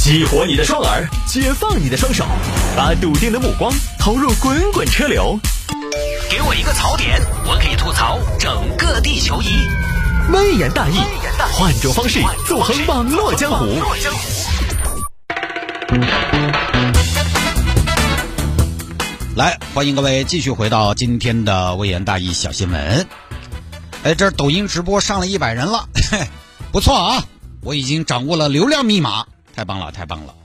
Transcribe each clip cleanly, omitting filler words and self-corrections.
激活你的双耳，解放你的双手，把笃定的目光投入滚滚车流。 给我一个槽点，我可以吐槽整个地球仪。 微言大义，换种方式纵横网络江湖。 来，欢迎各位继续回到今天的微言大义小新闻。这抖音直播上了100人了，不错啊，我已经掌握了流量密码，太棒了，太棒了。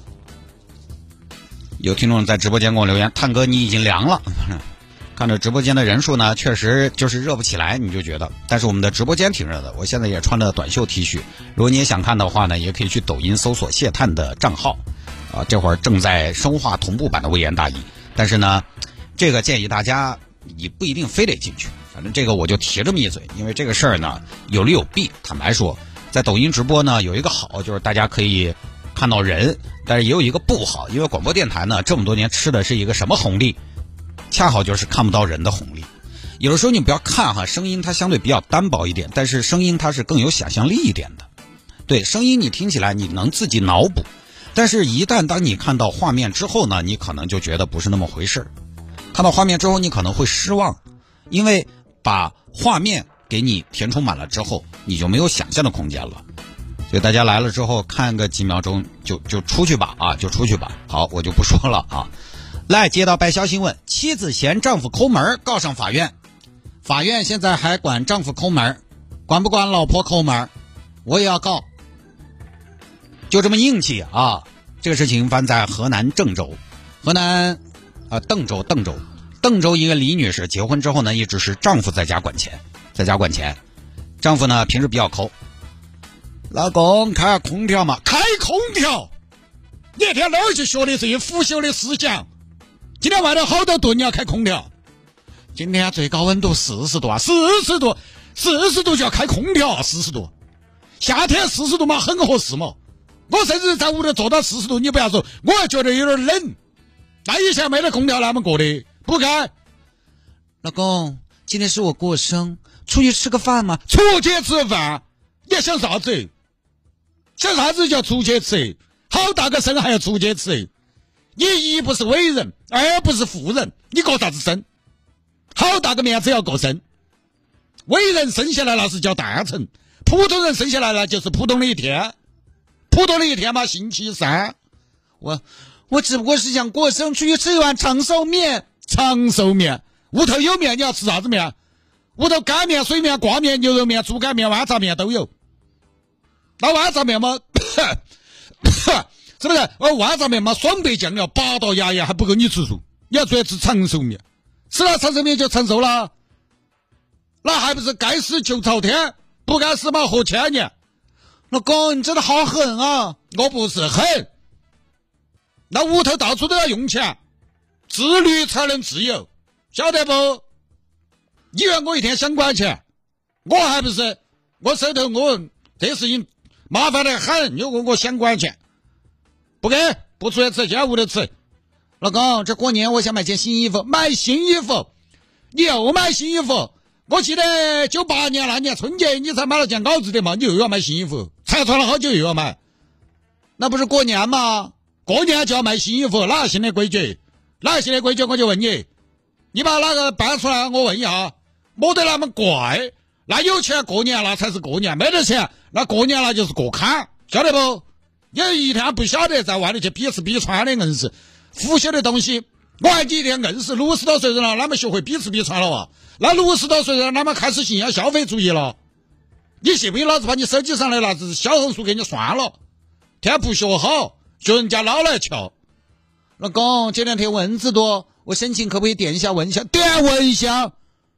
有听众在直播间给我留言，探哥你已经凉了。看着直播间的人数呢，确实就是热不起来，你就觉得。但是我们的直播间挺热的，我现在也穿着短袖 T 恤。如果你也想看的话呢，也可以去抖音搜索谢探的账号啊，这会儿正在深化同步版的微言大义。但是呢，这个建议大家你不一定非得进去，反正这个我就提这么一嘴，因为这个事儿呢有利有弊。坦白说，在抖音直播呢有一个好，就是大家可以看到人，但是也有一个不好，因为广播电台呢这么多年吃的是一个什么红利？恰好就是看不到人的红利。有的时候你不要看哈，声音它相对比较单薄一点，但是声音它是更有想象力一点的。对，声音你听起来你能自己脑补，但是一旦当你看到画面之后呢，你可能就觉得不是那么回事。看到画面之后你可能会失望，因为把画面给你填充满了之后，你就没有想象的空间了。所以大家来了之后看个几秒钟就出去吧啊，就出去吧。好，我就不说了啊。来，接到白小新闻，妻子嫌丈夫抠门告上法院，法院现在还管丈夫抠门，管不管老婆抠门？我也要告，就这么硬气啊！这个事情发生在河南郑州，河南邓州一个李女士结婚之后呢，一直是丈夫在家管钱，丈夫呢平时比较抠，老公开下空调嘛，开空调，那天哪儿去学的这些腐朽的思想？今天外头好多度你要开空调，今天最高温度40度啊，40度就要开空调啊，40度，夏天40度嘛很合适嘛。我甚至在屋里做到40度，你不要说，我也觉得有点冷。那以前没得空调那么过的，不开。老公，今天是我过生，出去吃个饭嘛？出去吃饭？你想啥子？想啥子叫出去吃？好大个生还要出去吃？你一不是伟人，二不是富人，你过啥子生？好大个面子要过生？伟人生下来那是叫诞辰，普通人生下来那就是普通的一天，普通的一天嘛，星期三。我只不过是想过生，出去吃一碗长寿面。长寿面，屋头有面，你要吃啥子面？屋头干面、水面、挂面、牛肉面、猪肝面、豌杂面都有。那豌杂面嘛是不是？豌杂面嘛，双倍酱料拔到牙牙还不够你吃出，你要专吃长寿面，吃了长寿面就长寿了，那还不是该死求朝天，不该死嘛活千年。老公，你真的好狠啊！我不是狠，那屋头到处都要用钱，自律才能自由，晓得不？你以为我一天想管钱？我还不是，我手头我这事情麻烦得很，你问我想管钱？不给，不出去吃，就在屋里吃。老公，这过年我想买件新衣服，买新衣服，你又买新衣服？我记得98年那年春节你才买了件袄子的嘛，你又要买新衣服，才穿了好久又要买，那不是过年吗？过年就要买新衣服，哪个新的规矩？哪个新的规矩？我就问你，你把那个搬出来，我问一下，没得那么怪。那有钱过年那才是过年，没得钱那过年那就是过坎，晓得不？有一天不晓得在外头去比吃比穿的硬是腐朽的东西。我还你一天硬是60多岁人了，他们学会比吃比穿了啊？那60多岁人他们开始信仰消费主义了。你信不信老子把你手机上的那只小红书给你算了？天不学好，学人家老来瞧。老公，这2天蚊子多，我申请可不可以点一下蚊香？点蚊香？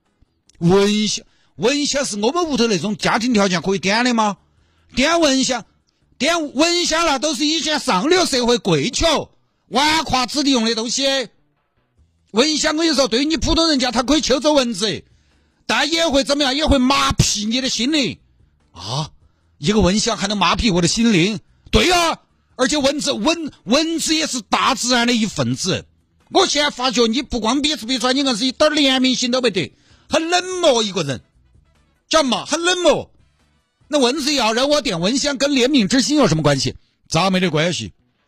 蚊香是我们屋头那种家庭条件可以点的吗？点蚊香那都是以前上流社会贵裘纨绔子弟用的东西。蚊香我跟你说，对于你普通人家它可以抽走蚊子，但也会怎么样？也会麻痹你的心灵啊！一个蚊香还能麻痹我的心灵？对啊，而且蚊子也是大自然的一份子。我现在发觉你不光比吃比穿，你硬是一点怜悯心都没得，很冷漠一个人，叫嘛？很冷漠。那蚊子咬人，我点蚊香跟怜悯之心有什么关系？咋没得关系？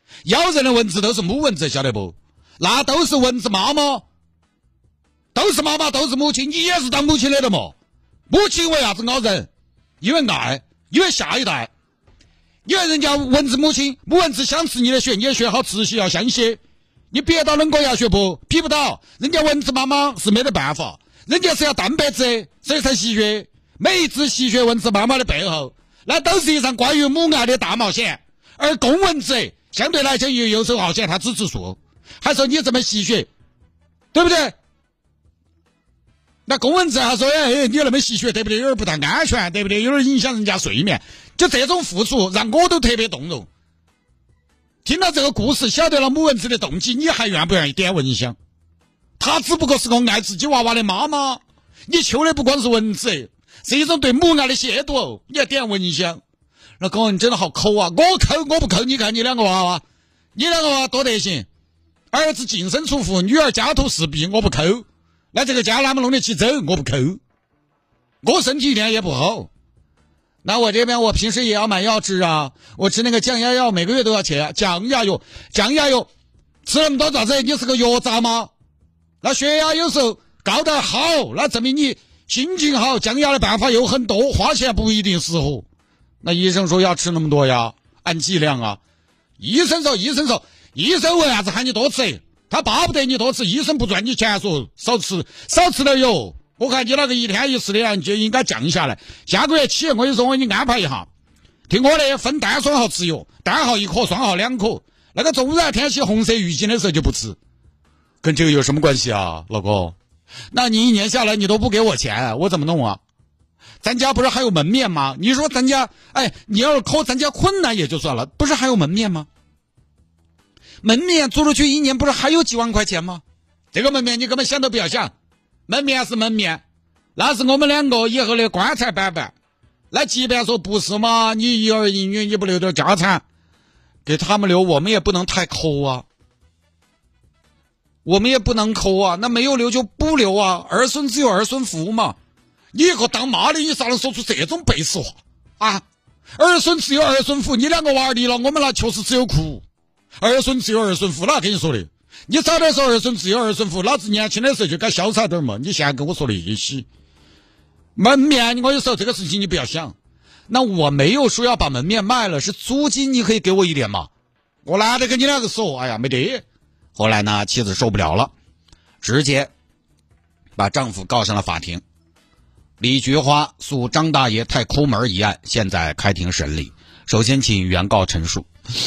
咬人的蚊子都是母蚊子，晓得不？那都是蚊子妈妈，都是妈妈，都是母亲，你也是当母亲的了嘛？母亲为啥子咬人？因为爱，因为下一代，因为人家蚊子母亲，母蚊子想吃你的血，你的血好吃些，要香些。你别到冷锅鸭血不？比不到，人家蚊子妈妈是没得办法，人家是要蛋白质，所以才吸血。每一只吸血蚊子妈妈的背后，那都是一场关于母爱的大冒险。而公蚊子相对来讲也游手好闲，它只吃素，还说你这么吸血，对不对？那公蚊子还说，你那么吸血，对不对？有点不太安全，对不对？有点影响人家睡眠。就这种付出，让我都特别动容。听到这个故事，晓得了母蚊子的动机，你还愿不愿意点蚊香？她只不过是个爱自己娃娃的妈妈，你求的不光是蚊子，是一种对母爱的亵渎哦。你要点蚊香，那公人真的好抠啊！我抠我不抠，你看你两个娃娃，你两个娃娃多得行，儿子净身出户，女儿家徒四壁，我不抠。那这个家哪么弄得起走？我不抠，我身体一点也不好。那我这边我平时也要买药吃啊，我吃那个降压药，每个月都要吃降压药，吃那么多咋子？你是个药渣吗？那血压有时候高点好，那证明你心情好，降压的办法有很多，花钱不一定适合。那医生说要吃那么多呀，按剂量啊。医生说，医生为啥子喊你多吃？他巴不得你多吃，医生不赚你钱，说少吃点油。我看你那个一天一次的就应该降下来。下个月起，我跟你说，我给你安排一下。听我的，分单双号吃油，单号1颗，双号2颗。那个中热天起红色预警的时候就不吃。跟这个有什么关系啊，老公？那你一年下来你都不给我钱，我怎么弄啊？咱家不是还有门面吗？你说咱家，你要是扣咱家困难也就算了，不是还有门面吗？门面租出去一年不是还有几万块钱吗？这个门面你根本想都不要想。门面是门面，那是我们两个以后的棺材板板。那即便说不是嘛，你一儿一女你不留点家产给他们留，我们也不能太抠啊。那没有留就不留啊，儿孙自有儿孙福嘛。你一个当妈的，你咋能说出这种背时话啊？儿孙自有儿孙福，你两个娃离了，我们那确实只有哭。儿孙自有儿孙福，哪跟你说的？你早点说儿孙自有儿孙福，老子年轻的时候就该潇洒点嘛。你现在跟我说的一些门面，我有时候这个事情你不要想。那我没有说要把门面卖了，是租金你可以给我一点嘛？我懒得跟你两个说，没得。后来呢，妻子受不了了，直接把丈夫告上了法庭。李菊花诉张大爷太抠门一案，现在开庭审理。首先请原告陈述。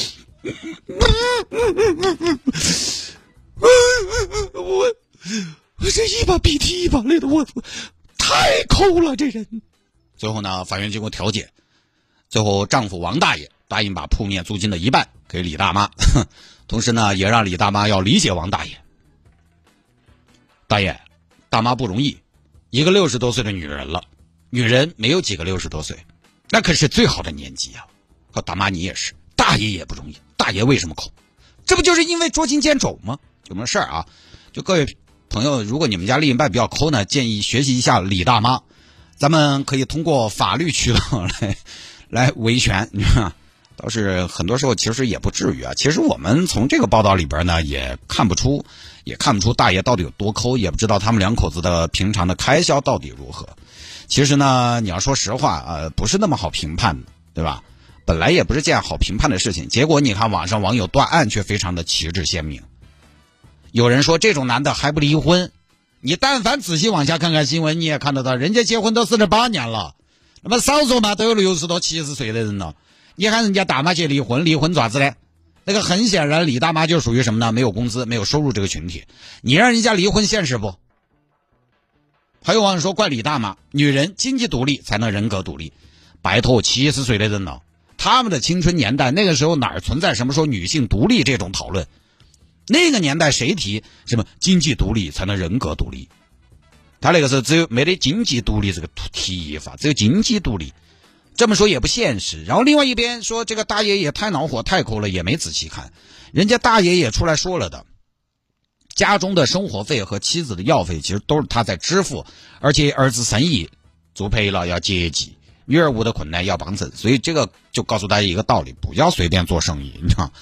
我这一把鼻涕一把泪的，我太抠了这人。最后呢，法院经过调解，最后丈夫王大爷答应把铺面租金的一半给李大妈，同时呢，也让李大妈要理解王大爷。大爷，大妈不容易，一个60多岁的女人了，女人没有几个60多岁，那可是最好的年纪啊。和大妈你也是，大爷也不容易，大爷为什么抠？这不就是因为捉襟见肘吗？有没有事儿啊？就各位朋友，如果你们家另一半比较抠呢，建议学习一下李大妈，咱们可以通过法律渠道来维权。你看，倒是很多时候其实也不至于啊。其实我们从这个报道里边呢，也看不出大爷到底有多抠，也不知道他们两口子的平常的开销到底如何。其实呢，你要说实话不是那么好评判的，对吧？本来也不是件好评判的事情，结果你看网上网友断案却非常的旗帜鲜明。有人说这种男的还不离婚，你但凡仔细往下看看新闻，你也看得到，人家结婚都48年了，那么少说嘛都有60多70岁的人了。你看人家大妈去离婚咋子呢？那个很显然李大妈就属于什么呢？没有工资没有收入这个群体。你让人家离婚现实不？还有网友说怪李大妈，女人经济独立才能人格独立。拜托，70岁的人了，他们的青春年代那个时候哪儿存在什么说女性独立这种讨论？那个年代谁提什么经济独立才能人格独立？他那个时候只有没得经济独立这个提法，只有经济独立，这么说也不现实。然后另外一边说这个大爷也太恼火太抠了，也没仔细看，人家大爷也出来说了的，家中的生活费和妻子的药费其实都是他在支付，而且儿子生意做赔了要接济，女儿屋的困难要帮衬，所以这个就告诉大家一个道理，不要随便做生意，你知道。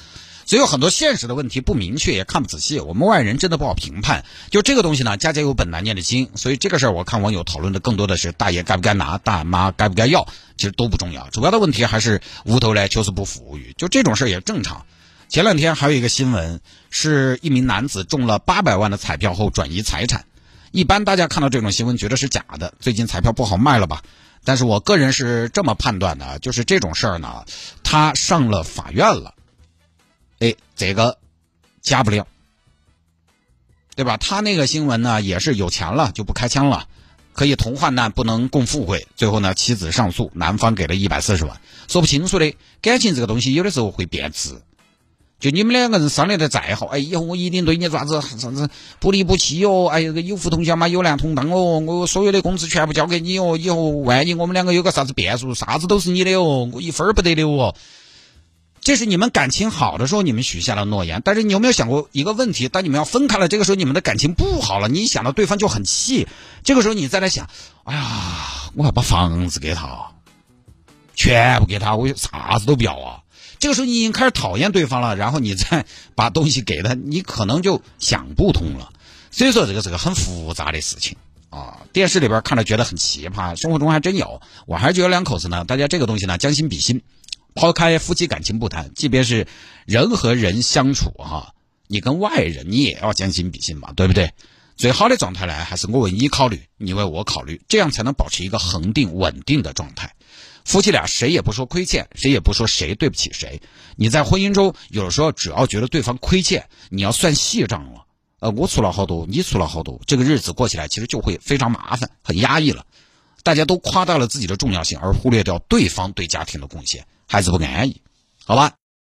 所以有很多现实的问题不明确也看不仔细，我们外人真的不好评判。就这个东西呢，家家有本难念的经，所以这个事儿我看网友讨论的更多的是大爷该不该拿，大妈该不该要，其实都不重要，主要的问题还是屋头来就是不富裕，就这种事儿也正常。前两天还有一个新闻，是一名男子中了800万的彩票后转移财产。一般大家看到这种新闻觉得是假的，最近彩票不好卖了吧？但是我个人是这么判断的，就是这种事儿呢，他上了法院了，这个加不了，对吧？他那个新闻呢也是有钱了就不开枪了，可以同患难不能共富贵，最后呢妻子上诉，男方给了140万。说不清楚的，感情这个东西有的时候会变质。就你们两个人商量的再好，以后我一定对你啥子不离不弃哦，有福同享嘛，有难同当哦，我所有的工资全部交给你哦，以后万一我们两个有个啥子变数，啥子都是你的哦，我一分儿不得留哦。这是你们感情好的时候你们许下了诺言，但是你有没有想过一个问题，当你们要分开了，这个时候你们的感情不好了，你想到对方就很气，这个时候你再来想，哎呀，我要把房子给他，全部给他，我啥子都不要啊。这个时候你已经开始讨厌对方了，然后你再把东西给他，你可能就想不通了。所以说这个是个很复杂的事情啊。电视里边看着觉得很奇葩，生活中还真有。我还是觉得两口子呢，大家这个东西呢将心比心，抛开夫妻感情不谈，即便是人和人相处你跟外人你也要将心比心嘛，对不对？最好的状态呢，还是我为你考虑，你为我考虑，这样才能保持一个恒定稳定的状态。夫妻俩谁也不说亏欠，谁也不说谁对不起谁。你在婚姻中有的时候只要觉得对方亏欠，你要算细账了，我出了好多，你出了好多，这个日子过起来其实就会非常麻烦，很压抑了。大家都夸大了自己的重要性，而忽略掉对方对家庭的贡献，孩子不安逸，好吧？